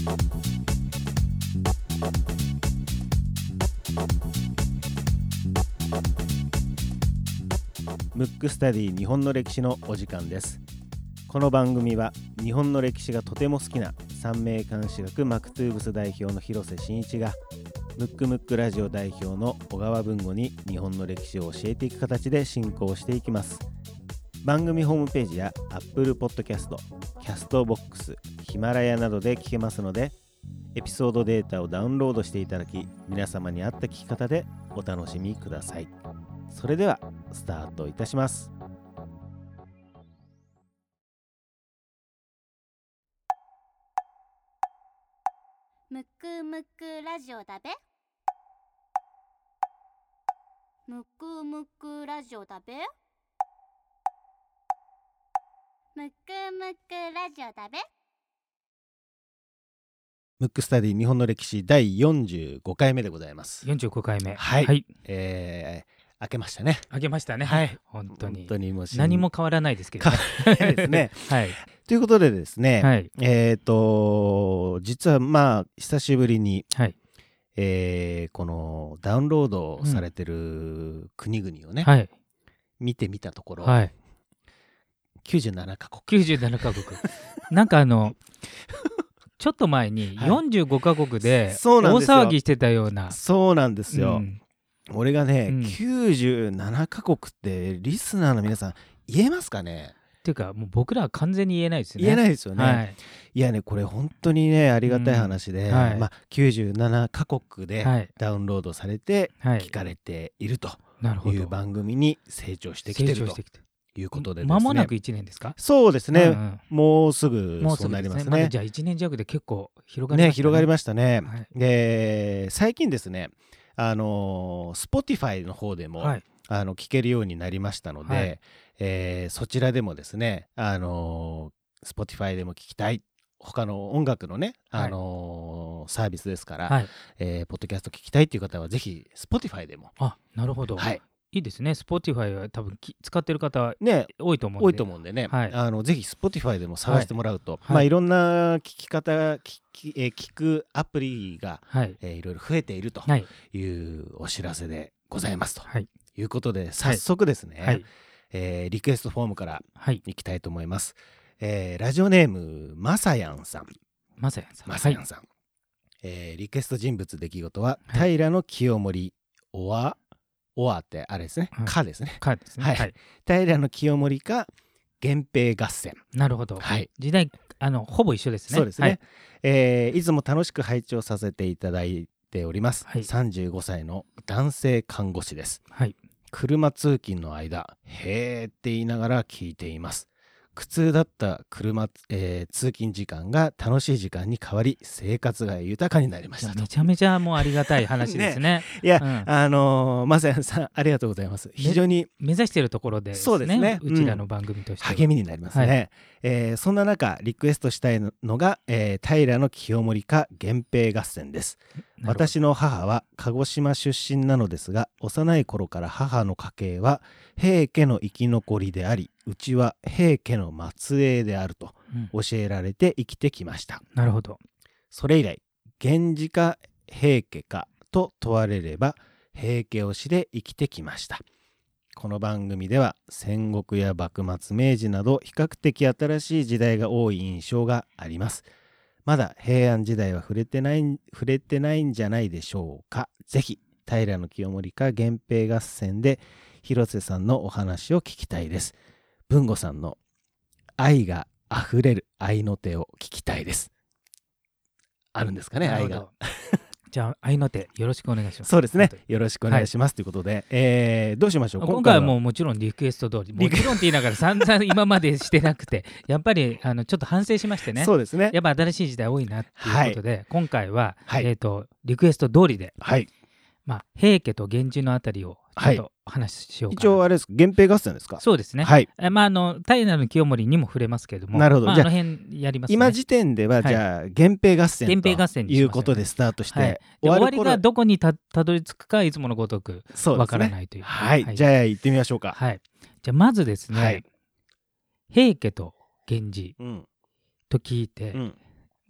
ムックスタディ日本の歴史のお時間です。この番組は日本の歴史がとても好きな三名監視学マクトゥーブス代表の広瀬真一がムックムックラジオ代表の小川文吾に日本の歴史を教えていく形で進行していきます。番組ホームページや Apple Podcast、Castbox、ヒマラヤなどで聞けますので、エピソードデータをダウンロードしていただき、皆様に合った聞き方でお楽しみください。それではスタートいたします。 むくむくラジオだべ。むくむくラジオだべ。むくむくラジオだべ。 ムックスタディ日本の歴史第45回目でございます。 45回目。 はい、 はい。 明けましたね。 あげましたね。 はい。 本当にもう何も変わらないですけどね。 ですね。 はい。 ということでですね、 はい。 実はまあ久しぶりに、 はい。 このダウンロードされてる国々をね、 はい。 見てみたところ、 はい。 97カ国。 97カ国。なんかちょっと前に45カ国で大騒ぎしてたような。 そうなんですよ。俺がね、 うん、 97カ国ってリスナーの皆さん言えますかね？ っていうかもう僕らは完全に言えないですよね。 言えないですよね。 はい、 いやね、これ本当にねありがたい話で、 はい、 まあ、97カ国でダウンロードされて聞かれているという番組に成長してきてるということでですね。 間もなく1年ですか？ そうですね、もうすぐそうなりますね。 まだじゃあ1年弱で結構広がりましたね。 広がりましたね。 はい、 で最近ですね、Spotify の方でも、はい、聞けるようになりましたので、はい、そちらでもですね、Spotify でも聞きたい、他の音楽のね、サービスですから、はい、ポッドキャスト聞きたいっていう方はぜひ Spotify でも。 あ、なるほど。はい、いいですね。Spotify は多分使ってる方、 ね、 多いと思うんでね、はい、ぜひ Spotify でも探してもらうと、はい、いろんな聞き方、聞くアプリが、はい、いろいろ増えているというお知らせでございますと、はい、いうことで早速ですね、はい、リクエストフォームからいきたいと思います。ラジオネームまさやんさん。 まさやんさん。 まさやんさん。リクエスト人物出来事は、はい、平清盛おわってあれですね、はい、かですね。 かですね。 はい。はい、平清盛か源平合戦。 なるほど。 はい。 時代ほぼ一緒ですね。 そうですね。はい、いつも楽しく拝聴させていただいております。はい、35歳の男性看護師です。はい。車通勤の間、へーって言いながら聞いています。苦痛だった通勤時間が楽しい時間に変わり、生活が豊かになりました。 めちゃめちゃもうありがたい話ですね。 いや、まさやんさんありがとうございます。非常に目指しているところで、 そうですね。 うちらの番組として励みになりますね。はい、そんな中リクエストしたいのが、平清盛か源平合戦です。私の母は鹿児島出身なのですが、幼い頃から母の家系は平家の生き残りであり、うちは平家の末裔であると教えられて生きてきました。 なるほど。 それ以来、源氏か平家かと問われれば平家推しで生きてきました。この番組では戦国や幕末、明治など比較的新しい時代が多い印象があります。まだ平安時代は触れてないんじゃないでしょうか。ぜひ平清盛か源平合戦で広瀬さんのお話を聞きたいです。文吾さんの愛があふれる愛の手を聞きたいです。あるんですかね、愛が。 じゃあ愛の手よろしくお願いします。 そうですね、よろしくお願いします、ということで、どうしましょう。 今回はもちろんリクエスト通り、もちろんって言いながら散々今までしてなくてやっぱりちょっと反省しましてね。 そうですね、 やっぱ新しい時代多いなっていうことで、今回は、リクエスト通りで、平家と源氏のあたりをちょっとお話ししようかな。 一応あれです、源平合戦ですか？ そうですね。はい。平清盛にも触れますけれども、 なるほど。じゃあ辺やりますね。 今時点ではじゃあ源平合戦ということでスタートして、 終わりがどこにたどり着くかいつものごとくわからないという。 はい。じゃあ行ってみましょうか。 はい。じゃあまずですね、平家と源氏と聞いて、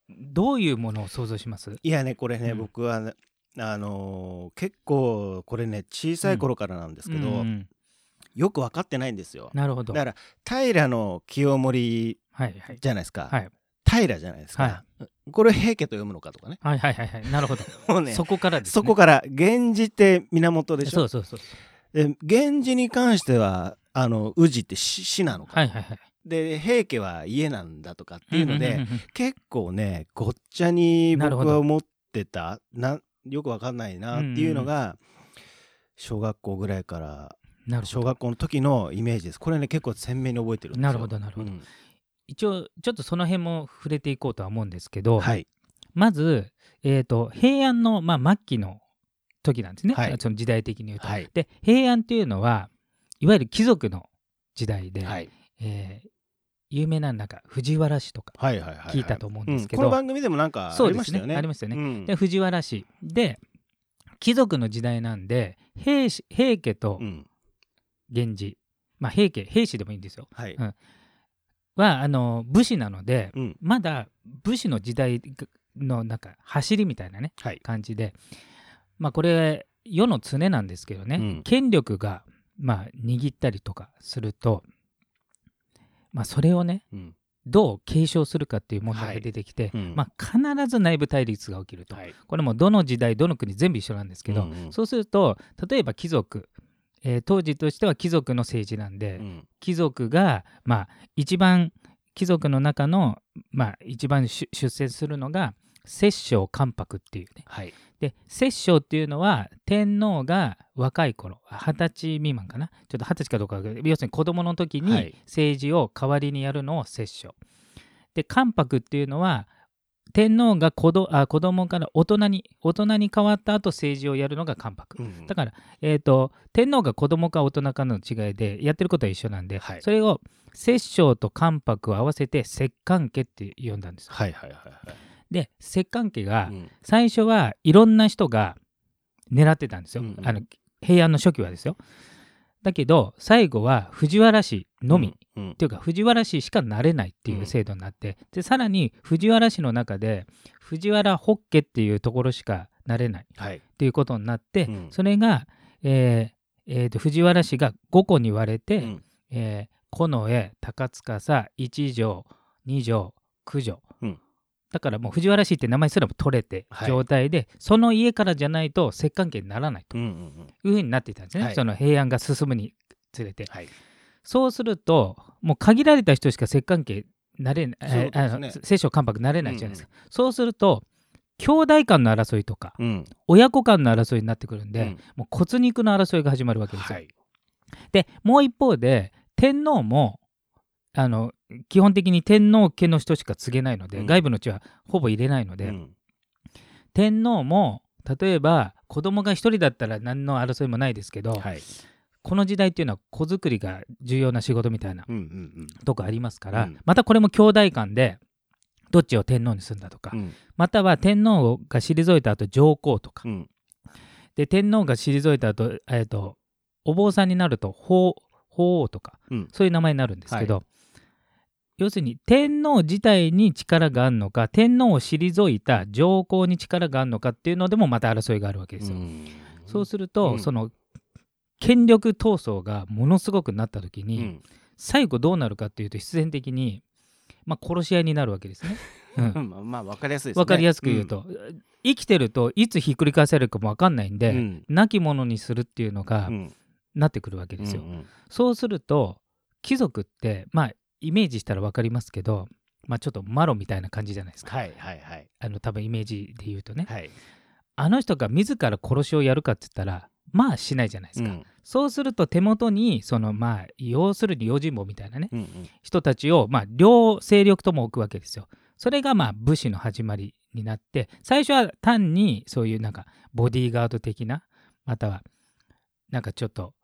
どういうものを想像します？ いやねこれね、僕はね結構これね小さい頃からなんですけど、よく分かってないんですよ。 なるほど。 だから平清盛じゃないですか、平じゃないですか、これ平家と読むのかとかね。 なるほど。もうね、そこからですね。 そこから源氏って源でしょ。 そう。 で源氏に関しては宇治って市なのか、で平家は家なんだとかっていうので、結構ねごっちゃに僕は思ってたよくわかんないなっていうのが、小学校ぐらいから小学校の時のイメージです。これね結構鮮明に覚えてるんですよ。 なるほど。一応ちょっとその辺も触れていこうとは思うんですけど、まず、平安の、末期の時なんですね、その時代的に言うと。で平安っていうのはいわゆる貴族の時代で、有名な藤原氏とか聞いたと思うんですけど、 この番組でもなんかありましたよね。 ありましたよね。で藤原氏で貴族の時代なんで平家と源氏、平氏でもいいんですよ、は武士なので、まだ武士の時代の走りみたいなね、感じで、これ世の常なんですけどね、権力が握ったりとかすると、それをね、どう継承するかっていう問題が出てきて、必ず内部対立が起きると、これもどの時代どの国全部一緒なんですけど、そうすると例えば貴族、当時としては貴族の政治なんで、貴族が一番貴族の中の一番出世するのが摂政関白っていうね、で摂政っていうのは天皇が若い頃20歳未満かな、ちょっと20歳かどうか、要するに子供の時に政治を代わりにやるのを摂政で、関白っていうのは天皇が子供から大人に変わった後政治をやるのが関白、だから、天皇が子供か大人かの違いでやってることは一緒なんで、それを摂政と関白を合わせて摂関家って呼んだんです。で摂関家が最初はいろんな人が狙ってたんですよ、平安の初期はですよ。だけど最後は藤原氏のみ、っていうか藤原氏しかなれないっていう制度になって、でさらに藤原氏の中で藤原北家っていうところしかなれないっていうことになって、それが、藤原氏が5個に割れて、近衛、高司、一条、二条、九条、だからもう藤原氏って名前すらも取れて状態で、その家からじゃないと摂関家にならないというふうになっていたんですね、その平安が進むにつれて。そうするともう限られた人しか摂関家なれない、摂政関白なれないじゃないですか。そうすると兄弟間の争いとか、親子間の争いになってくるんで、もう骨肉の争いが始まるわけですよ。でもう一方で天皇も基本的に天皇家の人しか告げないので、外部の地はほぼ入れないので、天皇も例えば子供が1人だったら何の争いもないですけど、この時代っていうのは子作りが重要な仕事みたいなとこありますから、またこれも兄弟間でどっちを天皇にするんだとか、または天皇が退いた後上皇とか、で天皇が退いた後、お坊さんになると法皇とか、そういう名前になるんですけど、要するに天皇自体に力があるのか、天皇を退いた上皇に力があるのかっていうのでもまた争いがあるわけですよ。そうすると、その権力闘争がものすごくなった時に、最後どうなるかっていうと必然的に、殺し合いになるわけですね。 分かりやすいですね。 分かりやすく言うと、生きてるといつひっくり返されるかも分かんないんで、亡き者にするっていうのがなってくるわけですよ。そうすると貴族ってイメージしたら分かりますけど、ちょっとマロみたいな感じじゃないですか。多分イメージで言うとね、あの人が自ら殺しをやるかって言ったらしないじゃないですか。そうすると手元に要するに用心棒みたいなね、人たちを両勢力とも置くわけですよ。それが武士の始まりになって、最初は単にそういうボディーガード的な、またはちょっと、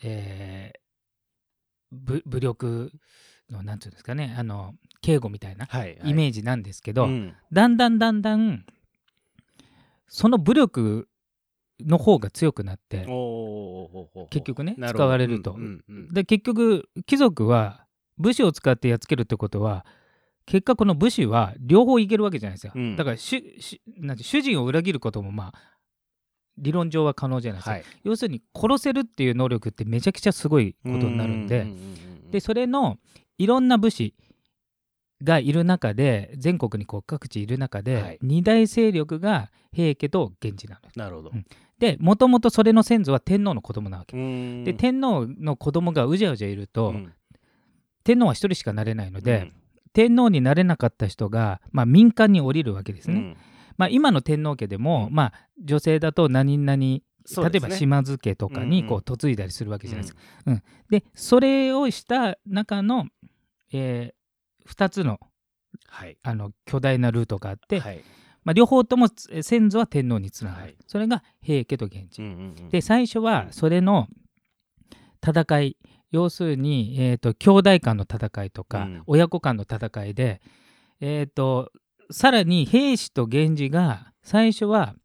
武力のなんていうんですかね、警護みたいなイメージなんですけど、だんだんその武力の方が強くなって結局ね使われると。で結局貴族は武士を使ってやっつけるってことは結果この武士は両方いけるわけじゃないですか、 うん、 だからなんて主人を裏切ることもまあ理論上は可能じゃないですか、はい、要するに殺せるっていう能力ってめちゃくちゃすごいことになるんで、でそれのいろんな武士がいる中で全国にこう各地いる中で、はい、二大勢力が平家と源氏なの。 なるほど、 でもともとそれの先祖は天皇の子供なわけで、天皇の子供がうじゃうじゃいると、天皇は一人しかなれないので、天皇になれなかった人が、まあ、民間に降りるわけですね、まあ、今の天皇家でも、まあ、女性だと何々例えば島津家とかにこう嫁いだりするわけじゃないですか、でそれをした中の、2つの、はい、巨大なルートがあって、はい、まあ、両方とも先祖は天皇につながる、はい、それが平家と源氏、で最初はそれの戦い、要するに、兄弟間の戦いとか、親子間の戦いで、さらに平氏と源氏が最初は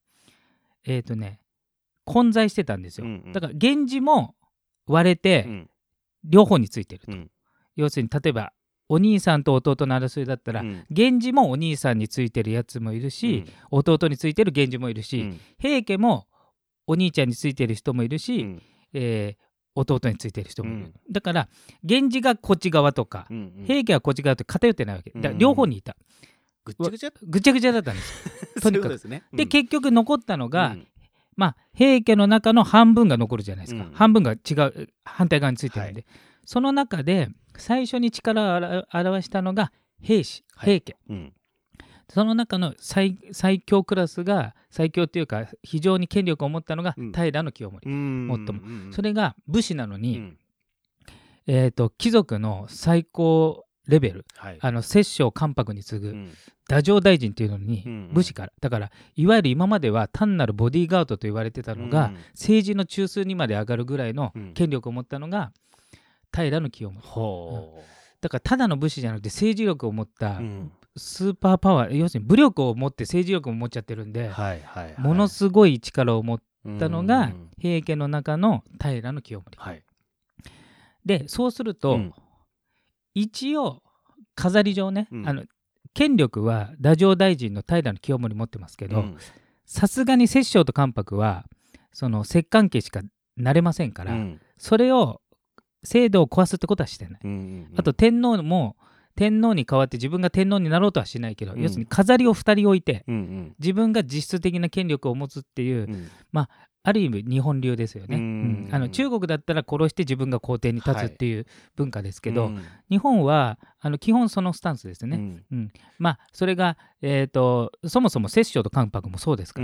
混在してたんですよ、だから源氏も割れて両方についてると、要するに例えばお兄さんと弟の争いだったら、源氏もお兄さんについてるやつもいるし、弟についてる源氏もいるし、平家もお兄ちゃんについてる人もいるし、弟についてる人もいる、だから源氏がこっち側とか、平家はこっち側と偏ってないわけだから両方にいた、 ぐっちゃぐちゃぐちゃぐちゃだったんですよとにかくですね、 で結局残ったのが、まあ、平家の中の半分が残るじゃないですか、半分が違う反対側についてるんで、その中で最初に力を表したのが平氏、平家、その中の最強クラスが、最強っていうか非常に権力を持ったのが平清盛、最もそれが武士なのに、貴族の最高レベル、摂政関白に次ぐ太政大臣っていうのに武士から、だからいわゆる今までは単なるボディーガードと言われてたのが、政治の中枢にまで上がるぐらいの権力を持ったのが平清盛、だからただの武士じゃなくて政治力を持ったスーパーパワー、要するに武力を持って政治力も持っちゃってるんで、ものすごい力を持ったのが平家の中の平清盛、でそうすると、一応飾り上ね、権力は太政大臣の平清盛持ってますけど、さすがに摂政と関白はその摂関家しかなれませんから、それを制度を壊すってことはしてない、あと天皇も天皇に代わって自分が天皇になろうとはしないけど、要するに飾りを2人置いて、自分が実質的な権力を持つっていう、まあある意味日本流ですよね、中国だったら殺して自分が皇帝に立つっていう文化ですけど、日本は基本そのスタンスですね、まあそれが、そもそも摂政と関白もそうですから、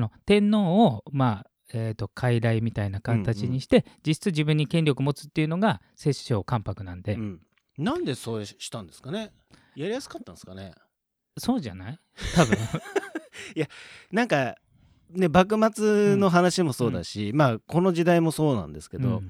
天皇をまあ傀儡みたいな形にして、実質自分に権力を持つっていうのが摂政関白なんで、 なんでそうしたんですかね。やりやすかったんですかね。 そうじゃない多分いやなんかね、幕末の話もそうだし、まあこの時代もそうなんですけど、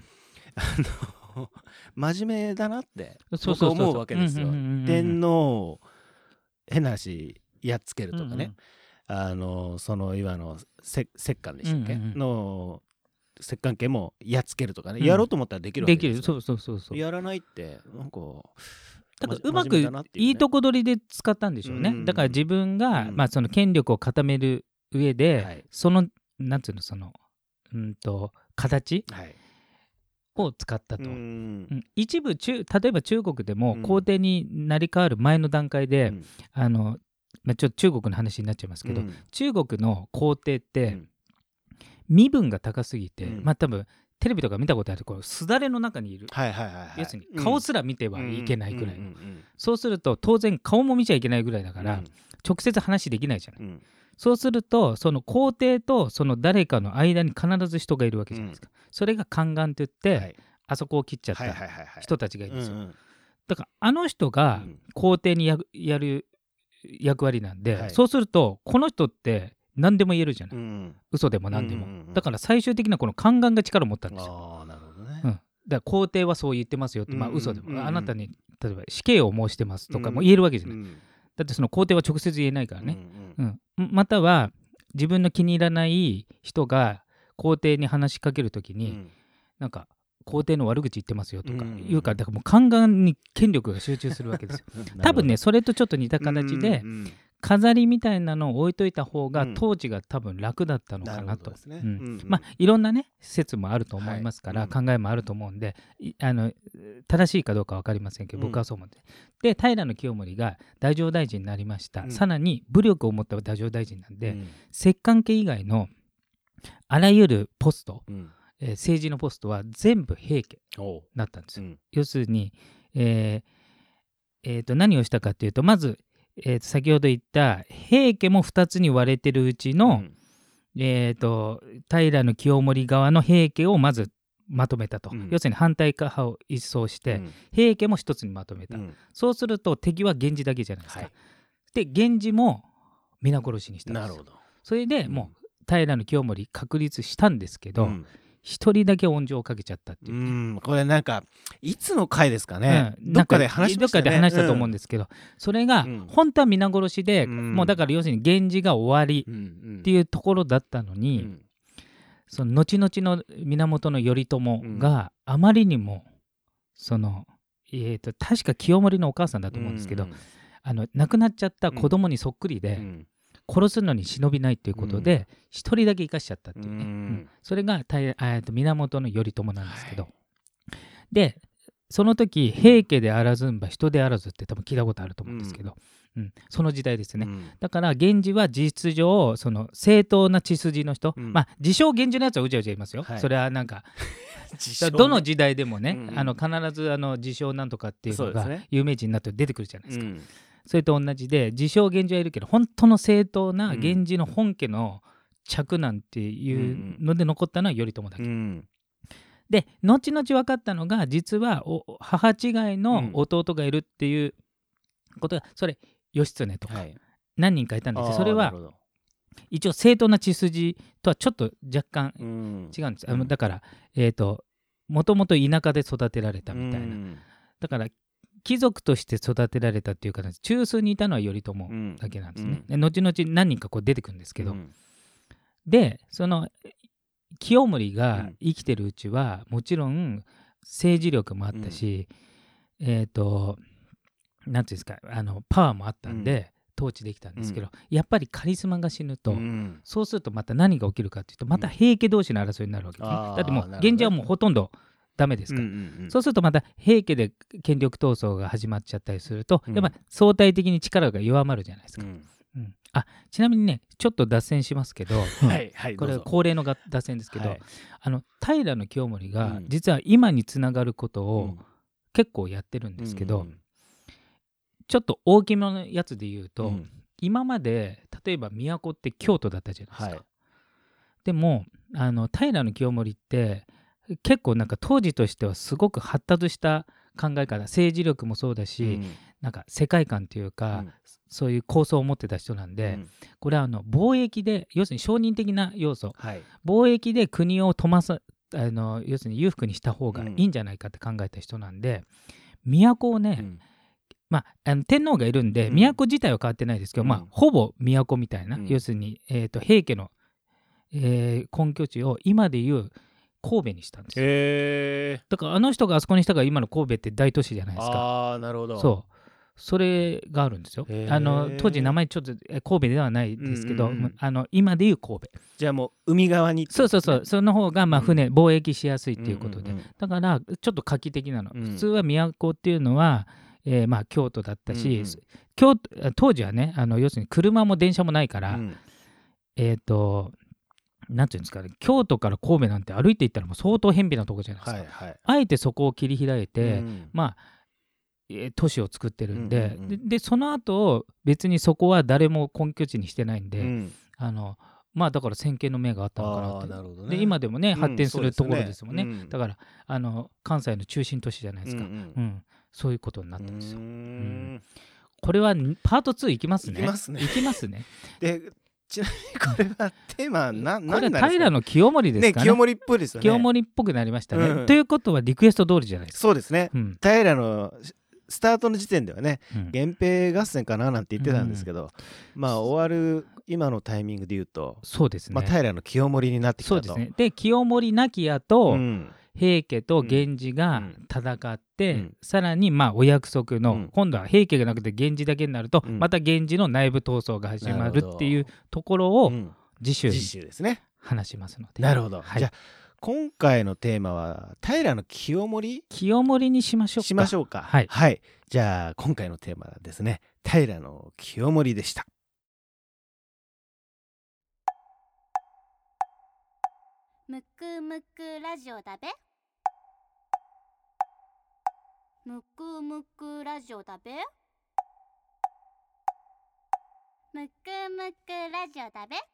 真面目だなって僕は思うわけですよ。天皇変な話やっつけるとかね、その今の摂関でしたっけ、の摂関家もやっつけるとかね、やろうと思ったらできるわけですよ。そうやらないってなんかだからうまくいいとこ取りで使ったんでしょうね。だから自分が、まあ、その権力を固める上で、そのなんていうの、その形、を使ったと、一部例えば中国でも皇帝になり変わる前の段階で、まあ、ちょっと中国の話になっちゃいますけど、中国の皇帝って、身分が高すぎて、まあ多分テレビとか見たことあるとすだれの中にいる、要するに顔すら見てはいけないぐらい、そうすると当然顔も見ちゃいけないぐらいだから、直接話できないじゃない、そうするとその皇帝とその誰かの間に必ず人がいるわけじゃないですか、それが宦官といって、あそこを切っちゃった人たちがいるんですよ、だからあの人が皇帝にやる役割なんで、そうするとこの人って何でも言えるじゃない、嘘でも何でも、だから最終的なこの宦官が力を持ったんですよ。だから皇帝はそう言ってますよって、まあ嘘でも、あなたに例えば死刑を申してますとかも言えるわけじゃない、だってその皇帝は直接言えないからね、または自分の気に入らない人が皇帝に話しかけるときに、なんか皇帝の悪口言ってますよとか言うから、だからもう宦官に権力が集中するわけですよ多分ねそれとちょっと似た形で飾りみたいなのを置いといた方が統治が多分楽だったのかなと、まあいろんなね説もあると思いますから、考えもあると思うんで正しいかどうか分かりませんけど、僕はそう思って、で平清盛が太政大臣になりました、さらに武力を持った太政大臣なんで、摂関家以外のあらゆるポスト、政治のポストは全部平家だったんですよ、要するに、何をしたかというと、まず先ほど言った平家も2つに割れてるうちの、平清盛側の平家をまずまとめたと、要するに反対派を一掃して、平家も一つにまとめた、そうすると敵は源氏だけじゃないですか、で源氏も皆殺しにしたんですよ。なるほど。それでもう平清盛確立したんですけど、一人だけ温情をかけちゃったっていう、 これなんかいつの回ですかね、どっかで話しましたね。 どっかで話したと思うんですけど、それが本当は皆殺しで、もうだから要するに源氏が終わりっていうところだったのに、その後々の源頼朝があまりにもその確か清盛のお母さんだと思うんですけど、亡くなっちゃった子供にそっくりで、殺すのに忍びないということで一人だけ生かしちゃったっていうね、それが源頼朝なんですけど、でその時平家であらずんば人であらずって多分聞いたことあると思うんですけど、その時代ですね、だから源氏は事実上その正当な血筋の人、まあ自称源氏のやつはうじゃうじゃいますよ、それはなんかどの時代でもね、必ず自称なんとかっていうのが有名人になって出てくるじゃないですか、それと同じで自称源氏はいるけど本当の正当な源氏の本家の嫡男っていうので残ったのは頼朝だけ、で後々分かったのが実は母違いの弟がいるっていうことが、それ義経とか何人かいたんですよ、それは一応正当な血筋とはちょっと若干違うんです、だからもともと田舎で育てられたみたいな、だから貴族として育てられたっていう形、中枢にいたのは頼朝だけなんですね、で後々何人かこう出てくるんですけど、でその清盛が生きてるうちはもちろん政治力もあったし、なんていうんですかパワーもあったんで、統治できたんですけど、やっぱりカリスマが死ぬと、そうするとまた何が起きるかっていうと、また平家同士の争いになるわけですね。だってもう源氏はもうほとんどダメですから、そうするとまた平家で権力闘争が始まっちゃったりすると、やっぱ相対的に力が弱まるじゃないですか、ちなみにねちょっと脱線しますけどこれは恒例の脱線ですけど、平清盛が実は今につながることを結構やってるんですけど、ちょっと大きめのやつで言うと、今まで例えば都って京都だったじゃないですか、でも平清盛って結構なんか当時としてはすごく発達した考え方、政治力もそうだし、なんか世界観というか、そういう構想を持ってた人なんで、これは貿易で要するに商人的な要素、貿易で国を要するに裕福にした方がいいんじゃないかって考えた人なんで、都をね、天皇がいるんで都自体は変わってないですけど、ほぼ都みたいな、要するに、平家の、根拠地を今でいう神戸にしたんですよ。だからあの人があそこにしたから今の神戸って大都市じゃないですか。 なるほど。 それがあるんですよ。当時名前ちょっと神戸ではないですけど、今でいう神戸。 じゃあもう海側に、 そうその方が船、貿易しやすいっていうことで、だからちょっと画期的なの。普通は都っていうのは京都だったし、当時はね要するに車も電車もないから、なんていうんですかね、京都から神戸なんて歩いていったらもう相当偏僻なとこじゃないですか、あえてそこを切り開いて、都市を作ってるんで、でその後別にそこは誰も根拠地にしてないんで、だから先見の明があったのかなって。なるほどね。で今でもね発展するところですもんね、だから関西の中心都市じゃないですか、そういうことになってるんですよ、これはパート2いきますね。いきますね。 でちなみにこれはテーマ何これは平清盛ですかね。 清盛っぽいですよね。 清盛っぽくなりましたね、ということはリクエスト通りじゃないですか。 そうですね、平のスタートの時点ではね、源平合戦かななんて言ってたんですけど、終わる今のタイミングで言うと、 そうですね、 平清盛になってきたと。 そうですね。で清盛亡き後、 平家と源氏が戦って、 うん、 さらにまあお約束の、 うん、 今度は平家がなくて源氏だけになると、 うん、 また源氏の内部闘争が始まるっていうところを次週にですね、 話しますので。 なるほど、 はい、 じゃあ今回のテーマは平清盛にしましょうか。 しましょうか。 はい、 はい、じゃあ今回のテーマはですね、平清盛でした。 むくむくラジオだべ。むくむくラジオだべ。むくむくラジオだべ。